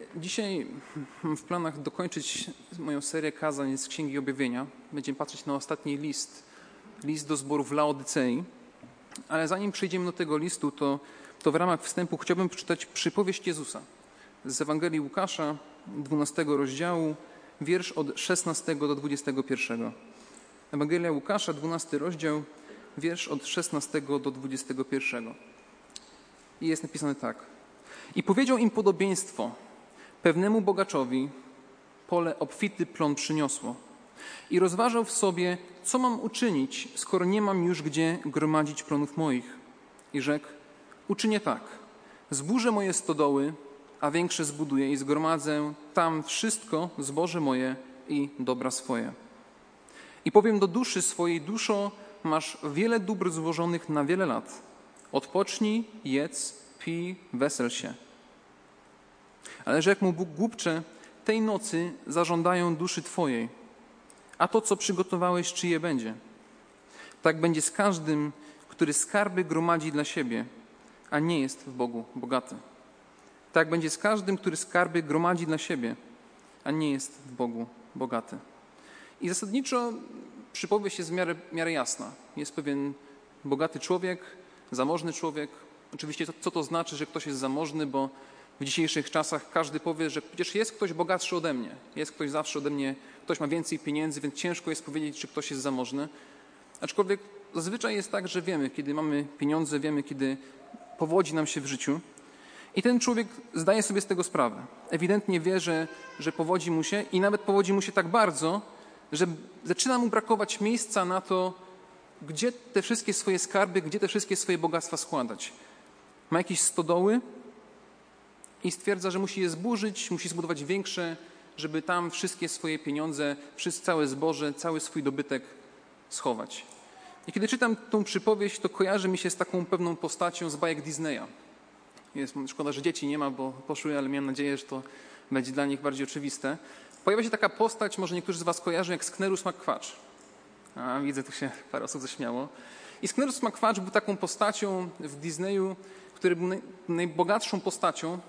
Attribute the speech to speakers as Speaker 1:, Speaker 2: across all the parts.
Speaker 1: Dzisiaj mam w planach dokończyć moją serię kazań z Księgi Objawienia. Będziemy patrzeć na ostatni list do zboru w Laodycei. Ale zanim przejdziemy do tego listu, to w ramach wstępu chciałbym przeczytać przypowieść Jezusa z Ewangelii Łukasza, 12 rozdziału, wiersz od 16 do 21. Ewangelia Łukasza, 12 rozdział, wiersz od 16 do 21. I jest napisane tak. I powiedział im podobieństwo. Pewnemu bogaczowi pole obfity plon przyniosło. I rozważał w sobie, co mam uczynić, skoro nie mam już gdzie gromadzić plonów moich. I rzekł, uczynię tak. Zburzę moje stodoły, a większe zbuduję i zgromadzę tam wszystko zboże moje i dobra swoje. I powiem do duszy swojej, duszo, masz wiele dóbr złożonych na wiele lat. Odpocznij, jedz, pij, wesel się. Ale rzekł mu Bóg, głupcze, tej nocy zażądają duszy twojej, a to, co przygotowałeś, czyje będzie? Tak będzie z każdym, który skarby gromadzi dla siebie, a nie jest w Bogu bogaty. Tak będzie z każdym, który skarby gromadzi dla siebie, a nie jest w Bogu bogaty. I zasadniczo przypowieść jest w miarę jasna. Jest pewien bogaty człowiek, zamożny człowiek. Oczywiście co to znaczy, że ktoś jest zamożny, bo w dzisiejszych czasach każdy powie, że przecież jest ktoś bogatszy ode mnie. Jest ktoś zawsze ode mnie, ktoś ma więcej pieniędzy, więc ciężko jest powiedzieć, czy ktoś jest zamożny. Aczkolwiek zazwyczaj jest tak, że wiemy, kiedy mamy pieniądze, wiemy, kiedy powodzi nam się w życiu. I ten człowiek zdaje sobie z tego sprawę. Ewidentnie wie, że powodzi mu się i nawet powodzi mu się tak bardzo, że zaczyna mu brakować miejsca na to, gdzie te wszystkie swoje skarby, gdzie te wszystkie swoje bogactwa składać. Ma jakieś stodoły i stwierdza, że musi je zburzyć, musi zbudować większe, żeby tam wszystkie swoje pieniądze, całe zboże, cały swój dobytek schować. I kiedy czytam tą przypowieść, to kojarzy mi się z taką pewną postacią z bajek Disneya. Szkoda, że dzieci nie ma, bo poszły, ale miałem nadzieję, że to będzie dla nich bardziej oczywiste. Pojawia się taka postać, może niektórzy z was kojarzą, jak Sknerus McQuatch. A widzę, tu się parę osób zaśmiało. I Sknerus McQuatch był taką postacią w Disneyu, który był najbogatszą postacią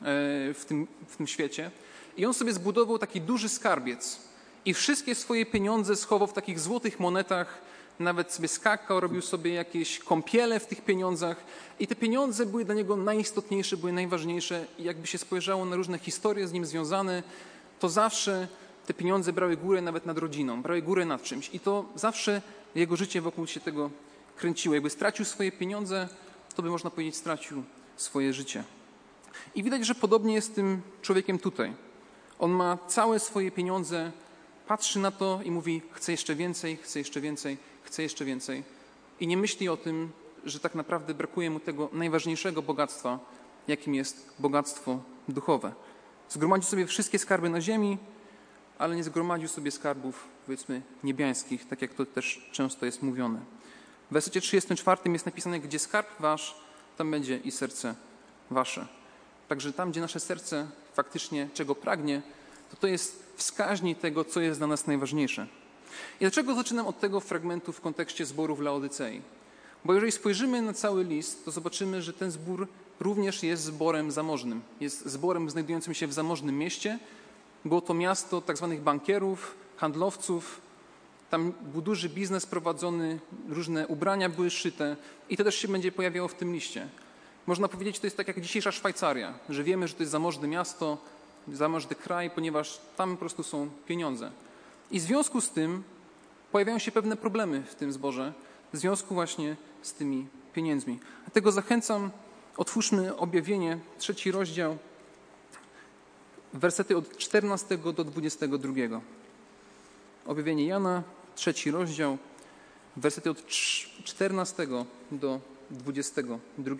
Speaker 1: w tym świecie. I on sobie zbudował taki duży skarbiec. I wszystkie swoje pieniądze schował w takich złotych monetach. Nawet sobie skakał, robił sobie jakieś kąpiele w tych pieniądzach. I te pieniądze były dla niego najistotniejsze, były najważniejsze. I jakby się spojrzało na różne historie z nim związane, to zawsze te pieniądze brały górę nawet nad rodziną, brały górę nad czymś. I to zawsze jego życie wokół się tego kręciło. Jakby stracił swoje pieniądze, to by można powiedzieć stracił swoje życie. I widać, że podobnie jest z tym człowiekiem tutaj. On ma całe swoje pieniądze, patrzy na to i mówi, chcę jeszcze więcej, chcę jeszcze więcej, chcę jeszcze więcej. I nie myśli o tym, że tak naprawdę brakuje mu tego najważniejszego bogactwa, jakim jest bogactwo duchowe. Zgromadził sobie wszystkie skarby na ziemi, ale nie zgromadził sobie skarbów, powiedzmy, niebiańskich, tak jak to też często jest mówione. W wersecie 34 jest napisane, gdzie skarb wasz, tam będzie i serce wasze. Także tam, gdzie nasze serce faktycznie czego pragnie, to jest wskaźnik tego, co jest dla nas najważniejsze. I dlaczego zaczynam od tego fragmentu w kontekście zboru w Laodycei? Bo jeżeli spojrzymy na cały list, to zobaczymy, że ten zbór również jest zborem zamożnym. Jest zborem znajdującym się w zamożnym mieście. Było to miasto tak zwanych bankierów, handlowców. Tam był duży biznes prowadzony, różne ubrania były szyte i to też się będzie pojawiało w tym liście. Można powiedzieć, to jest tak jak dzisiejsza Szwajcaria, że wiemy, że to jest zamożne miasto, zamożny kraj, ponieważ tam po prostu są pieniądze. I w związku z tym pojawiają się pewne problemy w tym zborze, w związku właśnie z tymi pieniędzmi. Dlatego zachęcam, otwórzmy Objawienie, 3 rozdział, wersety od 14 do 22. Objawienie Jana, 3 rozdział, wersety od 14 do 22.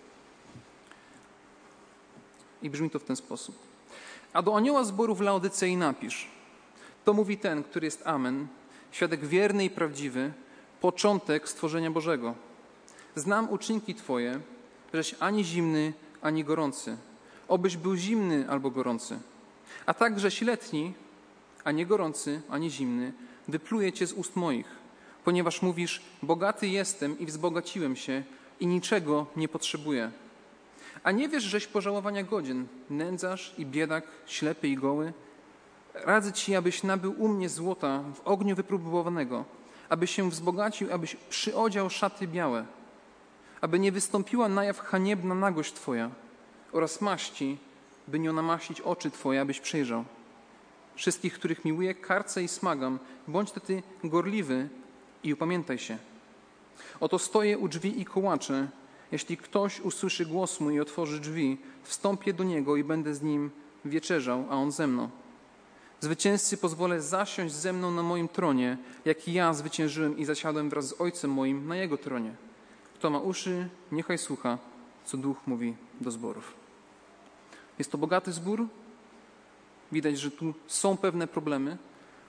Speaker 1: I brzmi to w ten sposób. A do anioła zboru w Laodycei napisz. To mówi ten, który jest Amen, świadek wierny i prawdziwy, początek stworzenia Bożego. Znam uczynki Twoje, żeś ani zimny, ani gorący. Obyś był zimny albo gorący. A także letni, a nie gorący, ani zimny, wypluję Cię z ust moich, ponieważ mówisz, bogaty jestem i wzbogaciłem się i niczego nie potrzebuję. A nie wiesz, żeś pożałowania godzien, nędzarz i biedak, ślepy i goły? Radzę ci, abyś nabył u mnie złota w ogniu wypróbowanego, abyś się wzbogacił, abyś przyodział szaty białe, aby nie wystąpiła na jaw haniebna nagość twoja oraz maści, by nie namaścić oczy twoje, abyś przejrzał. Wszystkich, których miłuję, karcę i smagam. Bądź to ty gorliwy i upamiętaj się. Oto stoję u drzwi i kołaczę. Jeśli ktoś usłyszy głos mój i otworzy drzwi, wstąpię do niego i będę z nim wieczerzał, a on ze mną. Zwycięzcy pozwolę zasiąść ze mną na moim tronie, jak i ja zwyciężyłem i zasiadłem wraz z Ojcem moim na jego tronie. Kto ma uszy, niechaj słucha, co Duch mówi do zborów. Jest to bogaty zbór. Widać, że tu są pewne problemy,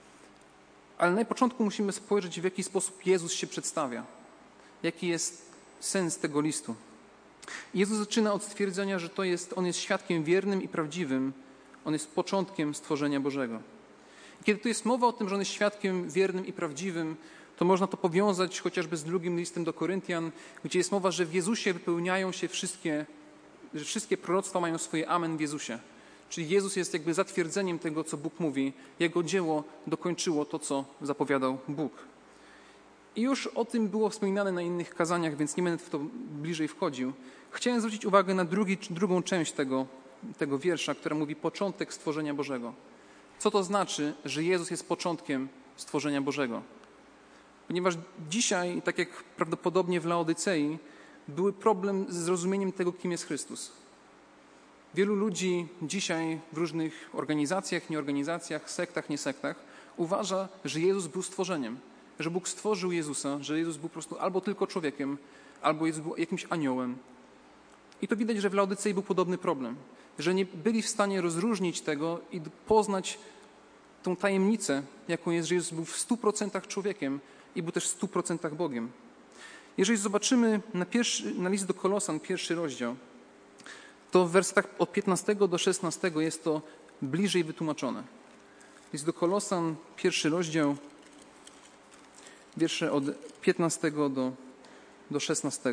Speaker 1: ale na początku musimy spojrzeć, w jaki sposób Jezus się przedstawia. Jaki jest sens tego listu. Jezus zaczyna od stwierdzenia, że On jest świadkiem wiernym i prawdziwym. On jest początkiem stworzenia Bożego. I kiedy tu jest mowa o tym, że On jest świadkiem wiernym i prawdziwym, to można to powiązać chociażby z drugim listem do Koryntian, gdzie jest mowa, że w Jezusie wypełniają się że wszystkie proroctwa mają swoje amen w Jezusie. Czyli Jezus jest jakby zatwierdzeniem tego, co Bóg mówi. Jego dzieło dokończyło to, co zapowiadał Bóg. I już o tym było wspominane na innych kazaniach, więc nie będę w to bliżej wchodził. Chciałem zwrócić uwagę na drugą część tego wiersza, która mówi początek stworzenia Bożego. Co to znaczy, że Jezus jest początkiem stworzenia Bożego? Ponieważ dzisiaj, tak jak prawdopodobnie w Laodycei, był problem z zrozumieniem tego, kim jest Chrystus. Wielu ludzi dzisiaj w różnych organizacjach, nieorganizacjach, sektach, niesektach uważa, że Jezus był stworzeniem, że Bóg stworzył Jezusa, że Jezus był po prostu albo tylko człowiekiem, albo Jezus był jakimś aniołem. I to widać, że w Laodycei był podobny problem, że nie byli w stanie rozróżnić tego i poznać tą tajemnicę, jaką jest, że Jezus był w 100% człowiekiem i był też w 100% Bogiem. Jeżeli zobaczymy na list do Kolosan, 1 rozdział, to w wersetach od 15 do 16 jest to bliżej wytłumaczone. List do Kolosan, 1 rozdział, wiersze od 15 do 16.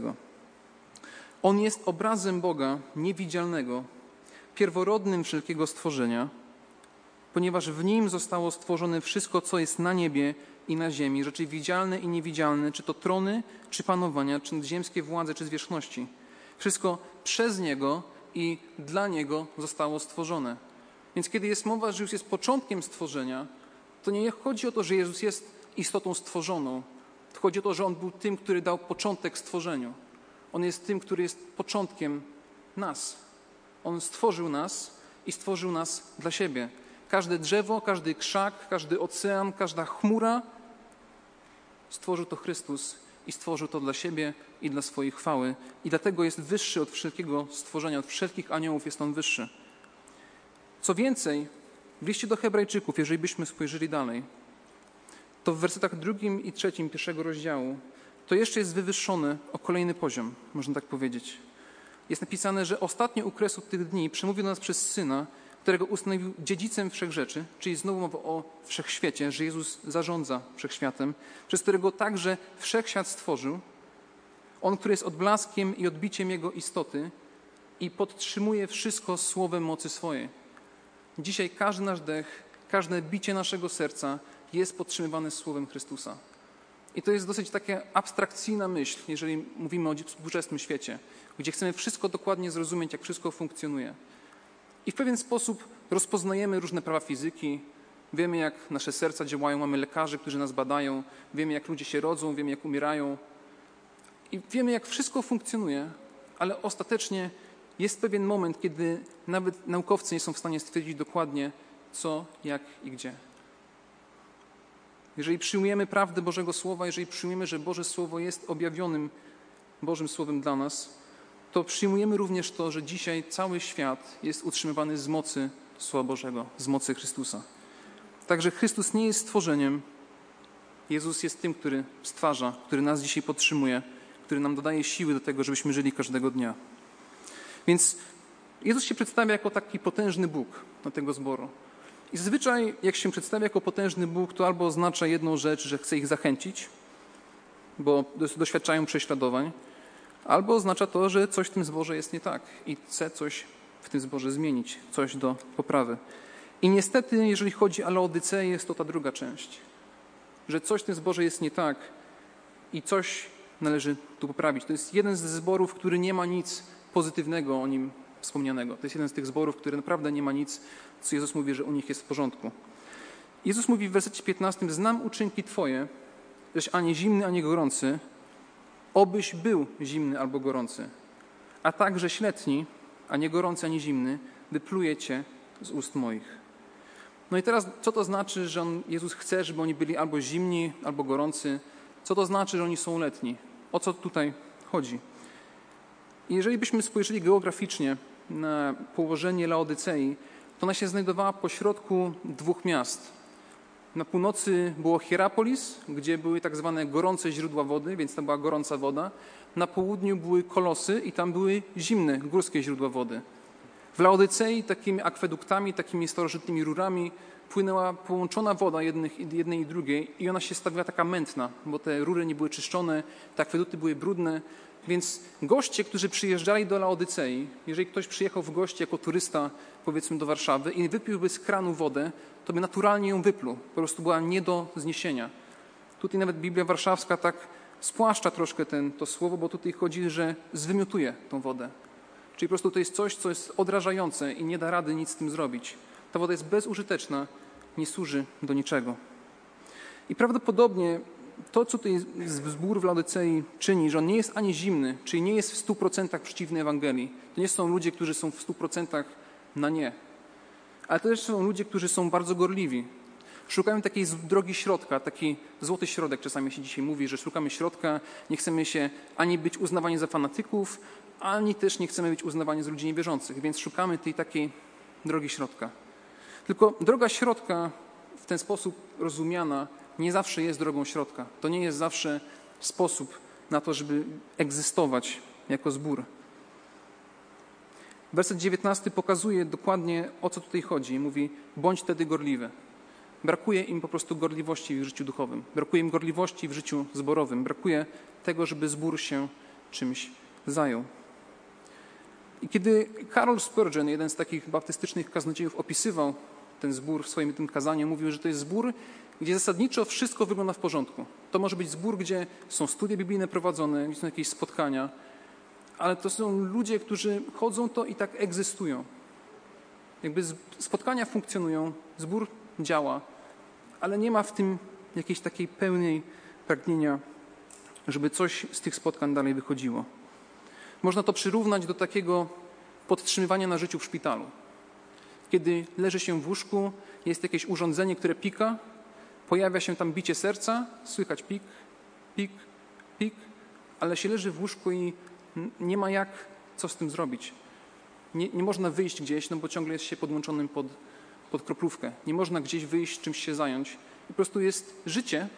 Speaker 1: On jest obrazem Boga niewidzialnego, pierworodnym wszelkiego stworzenia, ponieważ w Nim zostało stworzone wszystko, co jest na niebie i na ziemi, rzeczy widzialne i niewidzialne, czy to trony, czy panowania, czy nadziemskie władze, czy zwierzchności. Wszystko przez Niego i dla Niego zostało stworzone. Więc kiedy jest mowa, że Jezus jest początkiem stworzenia, to nie chodzi o to, że Jezus jest istotą stworzoną. To chodzi o to, że On był tym, który dał początek stworzeniu. On jest tym, który jest początkiem nas. On stworzył nas i stworzył nas dla siebie. Każde drzewo, każdy krzak, każdy ocean, każda chmura stworzył to Chrystus i stworzył to dla siebie i dla swojej chwały. I dlatego jest wyższy od wszelkiego stworzenia, od wszelkich aniołów jest On wyższy. Co więcej, w liście do Hebrajczyków, jeżeli byśmy spojrzeli dalej, to w wersetach 2 i 3 1 rozdziału to jeszcze jest wywyższone o kolejny poziom, można tak powiedzieć. Jest napisane, że ostatnio u kresu tych dni przemówił do nas przez Syna, którego ustanowił dziedzicem wszechrzeczy, czyli znowu mowa o wszechświecie, że Jezus zarządza wszechświatem, przez którego także wszechświat stworzył. On, który jest odblaskiem i odbiciem Jego istoty i podtrzymuje wszystko słowem mocy swojej. Dzisiaj każdy nasz dech, każde bicie naszego serca jest podtrzymywane słowem Chrystusa. I to jest dosyć taka abstrakcyjna myśl, jeżeli mówimy o współczesnym świecie, gdzie chcemy wszystko dokładnie zrozumieć, jak wszystko funkcjonuje. I w pewien sposób rozpoznajemy różne prawa fizyki, wiemy, jak nasze serca działają, mamy lekarzy, którzy nas badają, wiemy, jak ludzie się rodzą, wiemy, jak umierają i wiemy, jak wszystko funkcjonuje, ale ostatecznie jest pewien moment, kiedy nawet naukowcy nie są w stanie stwierdzić dokładnie co, jak i gdzie. Jeżeli przyjmujemy prawdę Bożego Słowa, jeżeli przyjmujemy, że Boże Słowo jest objawionym Bożym Słowem dla nas, to przyjmujemy również to, że dzisiaj cały świat jest utrzymywany z mocy Słowa Bożego, z mocy Chrystusa. Także Chrystus nie jest stworzeniem. Jezus jest tym, który stwarza, który nas dzisiaj podtrzymuje, który nam dodaje siły do tego, żebyśmy żyli każdego dnia. Więc Jezus się przedstawia jako taki potężny Bóg do tego zboru. I zazwyczaj, jak się przedstawia jako potężny Bóg, to albo oznacza jedną rzecz, że chce ich zachęcić, bo doświadczają prześladowań, albo oznacza to, że coś w tym zborze jest nie tak i chce coś w tym zborze zmienić, coś do poprawy. I niestety, jeżeli chodzi o Laodyceę, jest to ta druga część, że coś w tym zborze jest nie tak i coś należy tu poprawić. To jest jeden ze zborów, który nie ma nic pozytywnego o nim wspomnianego. To jest jeden z tych zborów, który naprawdę nie ma nic, co Jezus mówi, że u nich jest w porządku. Jezus mówi w wersecie 15: znam uczynki Twoje, żeś ani zimny, ani gorący, obyś był zimny albo gorący. A także śletni, a nie gorący, ani zimny, wypluje Cię z ust moich. No i teraz, co to znaczy, że Jezus chce, żeby oni byli albo zimni, albo gorący? Co to znaczy, że oni są letni? O co tutaj chodzi? I jeżeli byśmy spojrzeli geograficznie na położenie Laodycei, to ona się znajdowała pośrodku dwóch miast. Na północy było Hierapolis, gdzie były tak zwane gorące źródła wody, więc tam była gorąca woda. Na południu były Kolosy i tam były zimne, górskie źródła wody. W Laodycei takimi akweduktami, takimi starożytnymi rurami płynęła połączona woda jednej i drugiej i ona się stawiła taka mętna, bo te rury nie były czyszczone, te akwedukty były brudne, więc goście, którzy przyjeżdżali do Laodycei, jeżeli ktoś przyjechał w gości jako turysta, powiedzmy do Warszawy i wypiłby z kranu wodę, to by naturalnie ją wypluł. Po prostu była nie do zniesienia. Tutaj nawet Biblia Warszawska tak spłaszcza troszkę to słowo, bo tutaj chodzi, że zwymiotuje tą wodę. Czyli po prostu to jest coś, co jest odrażające i nie da rady nic z tym zrobić. Ta woda jest bezużyteczna, nie służy do niczego. I prawdopodobnie to, co tutaj zbór w Laodycei czyni, że on nie jest ani zimny, czyli nie jest w 100% przeciwny Ewangelii. To nie są ludzie, którzy są w 100% na nie. Ale to też są ludzie, którzy są bardzo gorliwi. Szukają takiej drogi środka, taki złoty środek. Czasami się dzisiaj mówi, że szukamy środka, nie chcemy się ani być uznawani za fanatyków, ani też nie chcemy być uznawani za ludzi niewierzących, więc szukamy tej takiej drogi środka. Tylko droga środka w ten sposób rozumiana nie zawsze jest drogą środka. To nie jest zawsze sposób na to, żeby egzystować jako zbór. Werset 19 pokazuje dokładnie, o co tutaj chodzi. Mówi, bądź wtedy gorliwy. Brakuje im po prostu gorliwości w życiu duchowym. Brakuje im gorliwości w życiu zborowym. Brakuje tego, żeby zbór się czymś zajął. I kiedy Karol Spurgeon, jeden z takich baptystycznych kaznodziejów, opisywał ten zbór w swoim tym kazaniu, mówił, że to jest zbór, gdzie zasadniczo wszystko wygląda w porządku. To może być zbór, gdzie są studia biblijne prowadzone, gdzie są jakieś spotkania, ale to są ludzie, którzy chodzą to i tak egzystują. Jakby spotkania funkcjonują, zbór działa, ale nie ma w tym jakiejś takiej pełnej pragnienia, żeby coś z tych spotkań dalej wychodziło. Można to przyrównać do takiego podtrzymywania na życiu w szpitalu. Kiedy leży się w łóżku, jest jakieś urządzenie, które pika, pojawia się tam bicie serca, słychać pik, pik, pik, ale się leży w łóżku i nie ma co z tym zrobić. Nie można wyjść gdzieś, no bo ciągle jest się podłączonym pod kroplówkę. Nie można gdzieś wyjść, czymś się zająć. Po prostu jest życie,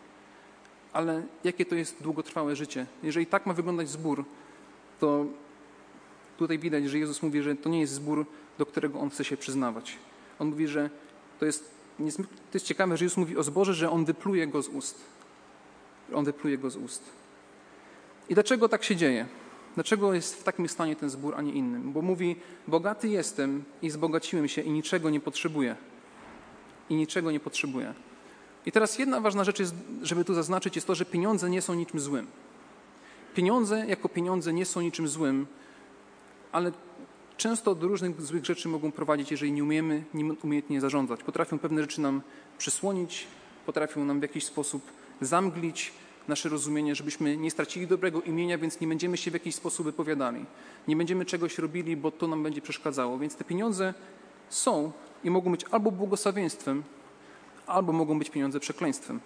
Speaker 1: ale jakie to jest długotrwałe życie? Jeżeli tak ma wyglądać zbór, to tutaj widać, że Jezus mówi, że to nie jest zbór, do którego On chce się przyznawać. On mówi, że to jest ciekawe, że Jezus mówi o zborze, że On wypluje go z ust. On wypluje go z ust. I dlaczego tak się dzieje? Dlaczego jest w takim stanie ten zbór, a nie innym? Bo mówi, bogaty jestem i wzbogaciłem się i niczego nie potrzebuję. I niczego nie potrzebuję. I teraz jedna ważna rzecz, jest, żeby tu zaznaczyć, jest to, że pieniądze nie są niczym złym. Pieniądze jako pieniądze nie są niczym złym, ale często do różnych złych rzeczy mogą prowadzić, jeżeli nie umiemy nim umiejętnie zarządzać. Potrafią pewne rzeczy nam przysłonić, potrafią nam w jakiś sposób zamglić nasze rozumienie, żebyśmy nie stracili dobrego imienia, więc nie będziemy się w jakiś sposób wypowiadali. Nie będziemy czegoś robili, bo to nam będzie przeszkadzało. Więc te pieniądze są i mogą być albo błogosławieństwem, albo mogą być pieniądze przekleństwem.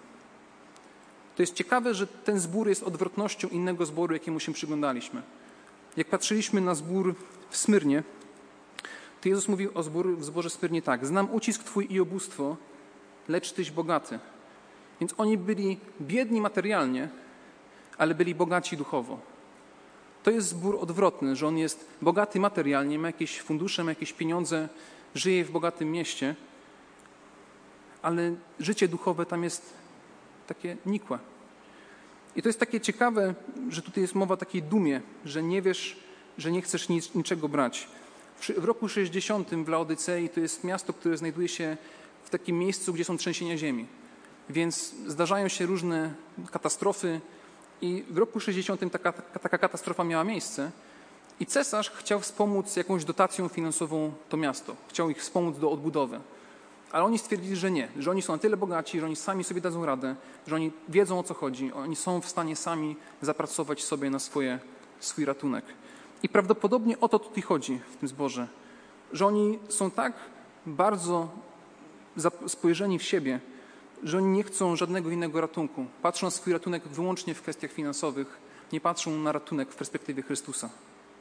Speaker 1: To jest ciekawe, że ten zbór jest odwrotnością innego zboru, jakiemu się przyglądaliśmy. Jak patrzyliśmy na zbór w Smyrnie, to Jezus mówił w zborze Smyrnie tak: znam ucisk Twój i ubóstwo, lecz Tyś bogaty. Więc oni byli biedni materialnie, ale byli bogaci duchowo. To jest zbór odwrotny, że on jest bogaty materialnie, ma jakieś fundusze, ma jakieś pieniądze, żyje w bogatym mieście, ale życie duchowe tam jest takie nikłe. I to jest takie ciekawe, że tutaj jest mowa o takiej dumie, że nie wiesz, że nie chcesz niczego brać. W roku 60 w Laodycei to jest miasto, które znajduje się w takim miejscu, gdzie są trzęsienia ziemi. Więc zdarzają się różne katastrofy i w roku 60 taka katastrofa miała miejsce i cesarz chciał wspomóc jakąś dotacją finansową to miasto. Chciał ich wspomóc do odbudowy. Ale oni stwierdzili, że nie, że oni są na tyle bogaci, że oni sami sobie dadzą radę, że oni wiedzą, o co chodzi, oni są w stanie sami zapracować sobie na swój ratunek. I prawdopodobnie o to tutaj chodzi w tym zborze, że oni są tak bardzo spojrzeni w siebie, że oni nie chcą żadnego innego ratunku. Patrzą na swój ratunek wyłącznie w kwestiach finansowych, nie patrzą na ratunek w perspektywie Chrystusa.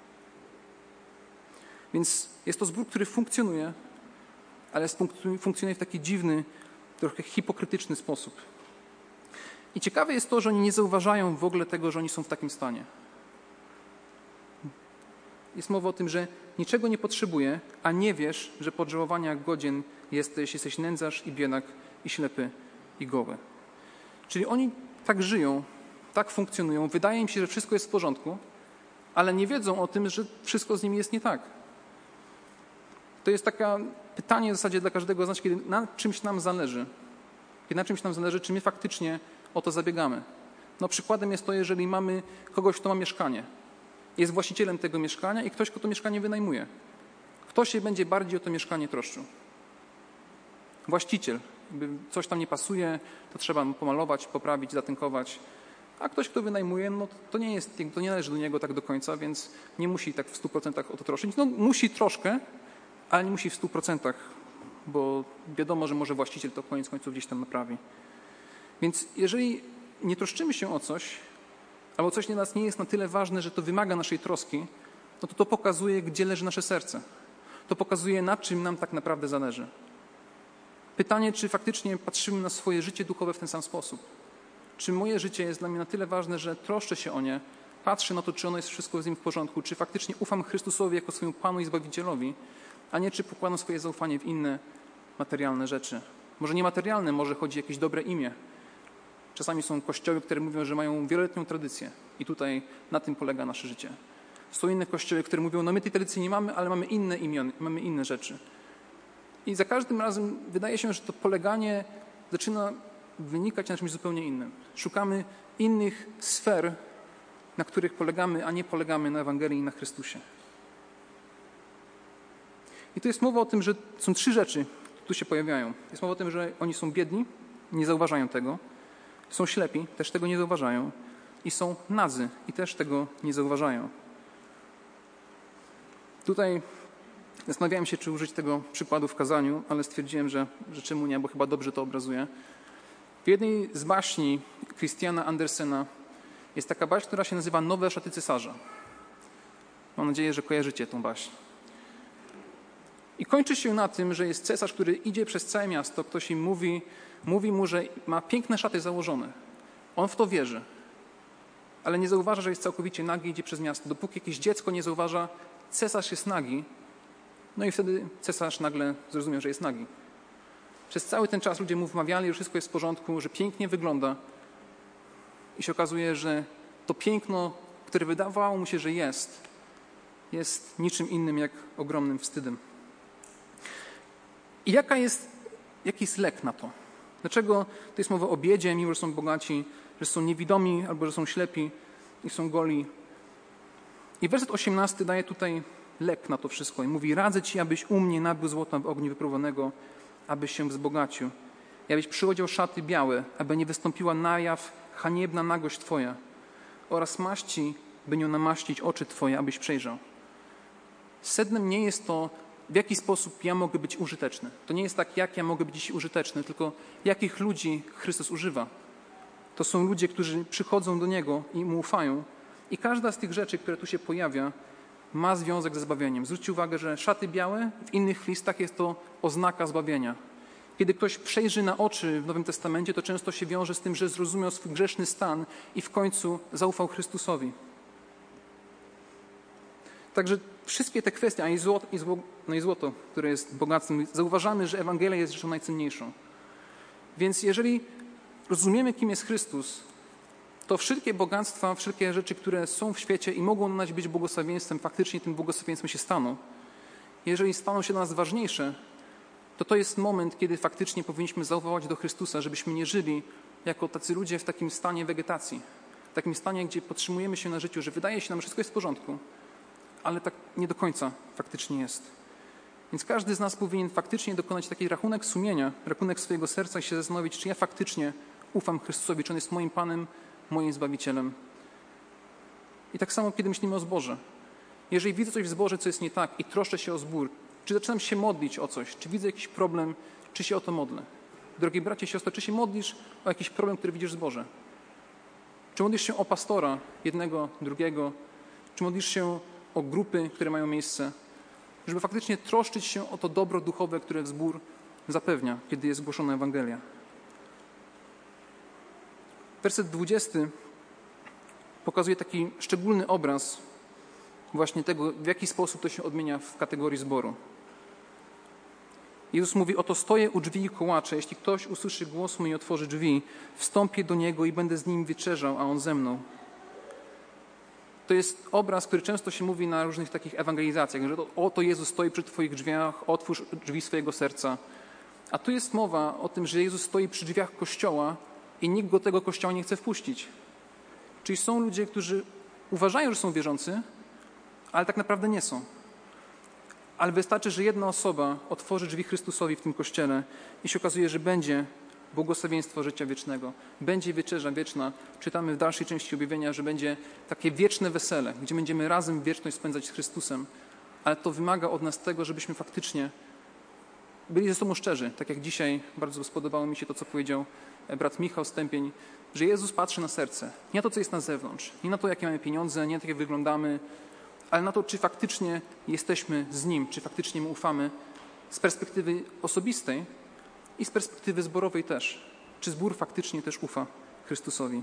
Speaker 1: Więc jest to zbór, który funkcjonuje, ale funkcjonuje w taki dziwny, trochę hipokrytyczny sposób. I ciekawe jest to, że oni nie zauważają w ogóle tego, że oni są w takim stanie. Jest mowa o tym, że niczego nie potrzebuje, a nie wiesz, że podżałowania godzien jesteś nędzarz i biedak i ślepy i goły. Czyli oni tak żyją, tak funkcjonują, wydaje im się, że wszystko jest w porządku, ale nie wiedzą o tym, że wszystko z nimi jest nie tak. To jest takie pytanie w zasadzie dla każdego z nas, kiedy na czymś nam zależy. Kiedy na czymś nam zależy, czy my faktycznie o to zabiegamy. No przykładem jest to, jeżeli mamy kogoś, kto ma mieszkanie. Jest właścicielem tego mieszkania i ktoś, kto to mieszkanie wynajmuje. Kto się będzie bardziej o to mieszkanie troszczył? Właściciel. Jakby coś tam nie pasuje, to trzeba pomalować, poprawić, zatynkować. A ktoś, kto wynajmuje, no to nie należy do niego tak do końca, więc nie musi tak w 100% o to troszczyć. No musi troszkę, ale nie musi w 100%, bo wiadomo, że może właściciel to koniec końców gdzieś tam naprawi. Więc jeżeli nie troszczymy się o coś, albo coś dla nas nie jest na tyle ważne, że to wymaga naszej troski, no to pokazuje, gdzie leży nasze serce. To pokazuje, na czym nam tak naprawdę zależy. Pytanie, czy faktycznie patrzymy na swoje życie duchowe w ten sam sposób. Czy moje życie jest dla mnie na tyle ważne, że troszczę się o nie, patrzę na to, czy ono jest wszystko z nim w porządku, czy faktycznie ufam Chrystusowi jako swojemu Panu i Zbawicielowi, a nie czy pokładam swoje zaufanie w inne materialne rzeczy. Może niematerialne, może chodzi o jakieś dobre imię. Czasami są kościoły, które mówią, że mają wieloletnią tradycję i tutaj na tym polega nasze życie. Są inne kościoły, które mówią, no my tej tradycji nie mamy, ale mamy inne imiona, mamy inne rzeczy. I za każdym razem wydaje się, że to poleganie zaczyna wynikać na czymś zupełnie innym. Szukamy innych sfer, na których polegamy, a nie polegamy na Ewangelii i na Chrystusie. I tu jest mowa o tym, że są trzy rzeczy, które tu się pojawiają. Jest mowa o tym, że oni są biedni, nie zauważają tego. Są ślepi, też tego nie zauważają. I są nadzy i też tego nie zauważają. Tutaj zastanawiałem się, czy użyć tego przykładu w kazaniu, ale stwierdziłem, że czemu nie, bo chyba dobrze to obrazuje. W jednej z baśni Christiana Andersena jest taka baśń, która się nazywa Nowe szaty cesarza. Mam nadzieję, że kojarzycie tą baśń. I kończy się na tym, że jest cesarz, który idzie przez całe miasto, ktoś im mówi mu, że ma piękne szaty założone. On w to wierzy, ale nie zauważa, że jest całkowicie nagi, idzie przez miasto. Dopóki jakieś dziecko nie zauważa, cesarz jest nagi, no i wtedy cesarz nagle zrozumiał, że jest nagi. Przez cały ten czas ludzie mu wmawiali, że wszystko jest w porządku, że pięknie wygląda i się okazuje, że to piękno, które wydawało mu się, że jest niczym innym jak ogromnym wstydem. I jaki jest lek na to? Dlaczego to jest mowa o biedzie, mimo że są bogaci, że są niewidomi albo że są ślepi i są goli? I werset 18 daje tutaj lek na to wszystko i mówi: radzę ci, abyś u mnie nabył złota w ogniu wypróbowanego, abyś się wzbogacił. I abyś przyodział szaty białe, aby nie wystąpiła na jaw haniebna nagość twoja oraz maści, by nią namaścić oczy twoje, abyś przejrzał. Sednem nie jest to, w jaki sposób ja mogę być użyteczny. To nie jest tak, jak ja mogę być dziś użyteczny, tylko jakich ludzi Chrystus używa. To są ludzie, którzy przychodzą do Niego i Mu ufają. I każda z tych rzeczy, które tu się pojawia, ma związek ze zbawieniem. Zwróćcie uwagę, że szaty białe w innych listach jest to oznaka zbawienia. Kiedy ktoś przejrzy na oczy w Nowym Testamencie, to często się wiąże z tym, że zrozumiał swój grzeszny stan i w końcu zaufał Chrystusowi. Także wszystkie te kwestie, i złoto, które jest bogactwem, zauważamy, że Ewangelia jest rzeczą najcenniejszą. Więc jeżeli rozumiemy, kim jest Chrystus to wszelkie bogactwa, wszelkie rzeczy, które są w świecie i mogą nas być błogosławieństwem, faktycznie tym błogosławieństwem się staną. Jeżeli staną się dla nas ważniejsze, to jest moment, kiedy faktycznie powinniśmy zawołać do Chrystusa, żebyśmy nie żyli jako tacy ludzie w takim stanie wegetacji, w takim stanie, gdzie podtrzymujemy się na życiu, że wydaje się nam, że wszystko jest w porządku, ale tak nie do końca faktycznie jest. Więc każdy z nas powinien faktycznie dokonać taki rachunek sumienia, rachunek swojego serca i się zastanowić, czy ja faktycznie ufam Chrystusowi, czy On jest moim Panem, moim Zbawicielem. I tak samo, kiedy myślimy o zborze. Jeżeli widzę coś w zborze, co jest nie tak i troszczę się o zbór, czy zaczynam się modlić o coś, czy widzę jakiś problem, czy się o to modlę. Drogi bracie, siostro, czy się modlisz o jakiś problem, który widzisz w zborze? Czy modlisz się o pastora, jednego, drugiego? Czy modlisz się o grupy, które mają miejsce? Żeby faktycznie troszczyć się o to dobro duchowe, które zbór zapewnia, kiedy jest głoszona Ewangelia. Werset 20 pokazuje taki szczególny obraz właśnie tego, w jaki sposób to się odmienia w kategorii zboru. Jezus mówi, oto stoję u drzwi i kołaczę. Jeśli ktoś usłyszy głos mój i otworzy drzwi, wstąpię do niego i będę z nim wieczerzał, a on ze mną. To jest obraz, który często się mówi na różnych takich ewangelizacjach, że oto Jezus stoi przy twoich drzwiach, otwórz drzwi swojego serca. A tu jest mowa o tym, że Jezus stoi przy drzwiach Kościoła i nikt go tego Kościoła nie chce wpuścić. Czyli są ludzie, którzy uważają, że są wierzący, ale tak naprawdę nie są. Ale wystarczy, że jedna osoba otworzy drzwi Chrystusowi w tym Kościele i się okazuje, że będzie błogosławieństwo życia wiecznego. Będzie wieczerza wieczna. Czytamy w dalszej części objawienia, że będzie takie wieczne wesele, gdzie będziemy razem wieczność spędzać z Chrystusem. Ale to wymaga od nas tego, żebyśmy faktycznie byli ze sobą szczerzy. Tak jak dzisiaj bardzo spodobało mi się to, co powiedział brat Michał Stępień, że Jezus patrzy na serce. Nie na to, co jest na zewnątrz. Nie na to, jakie mamy pieniądze, nie na to, jak wyglądamy, ale na to, czy faktycznie jesteśmy z Nim, czy faktycznie Mu ufamy z perspektywy osobistej i z perspektywy zborowej też. Czy zbór faktycznie też ufa Chrystusowi.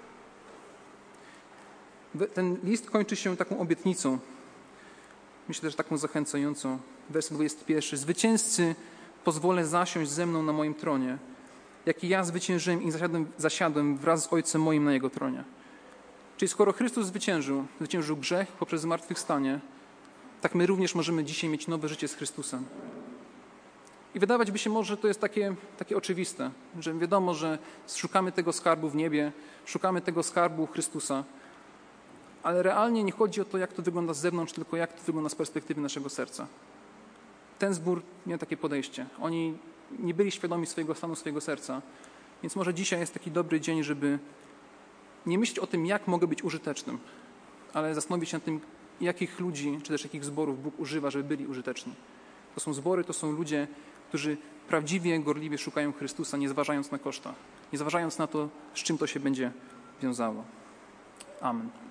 Speaker 1: Ten list kończy się taką obietnicą, myślę, że taką zachęcającą. Werset 21. Zwycięzcy pozwolę zasiąść ze mną na moim tronie, jak i ja zwyciężyłem i zasiadłem wraz z Ojcem moim na Jego tronie. Czyli skoro Chrystus zwyciężył grzech poprzez zmartwychwstanie, tak my również możemy dzisiaj mieć nowe życie z Chrystusem. I wydawać by się może, że to jest takie oczywiste, że wiadomo, że szukamy tego skarbu w niebie, szukamy tego skarbu Chrystusa, ale realnie nie chodzi o to, jak to wygląda z zewnątrz, tylko jak to wygląda z perspektywy naszego serca. Ten zbór miał takie podejście. Oni nie byli świadomi swojego stanu, swojego serca, więc może dzisiaj jest taki dobry dzień, żeby nie myśleć o tym, jak mogę być użytecznym, ale zastanowić się nad tym, jakich ludzi, czy też jakich zborów Bóg używa, żeby byli użyteczni. To są zbory, to są ludzie, którzy prawdziwie, gorliwie szukają Chrystusa, nie zważając na koszta, nie zważając na to, z czym to się będzie wiązało. Amen.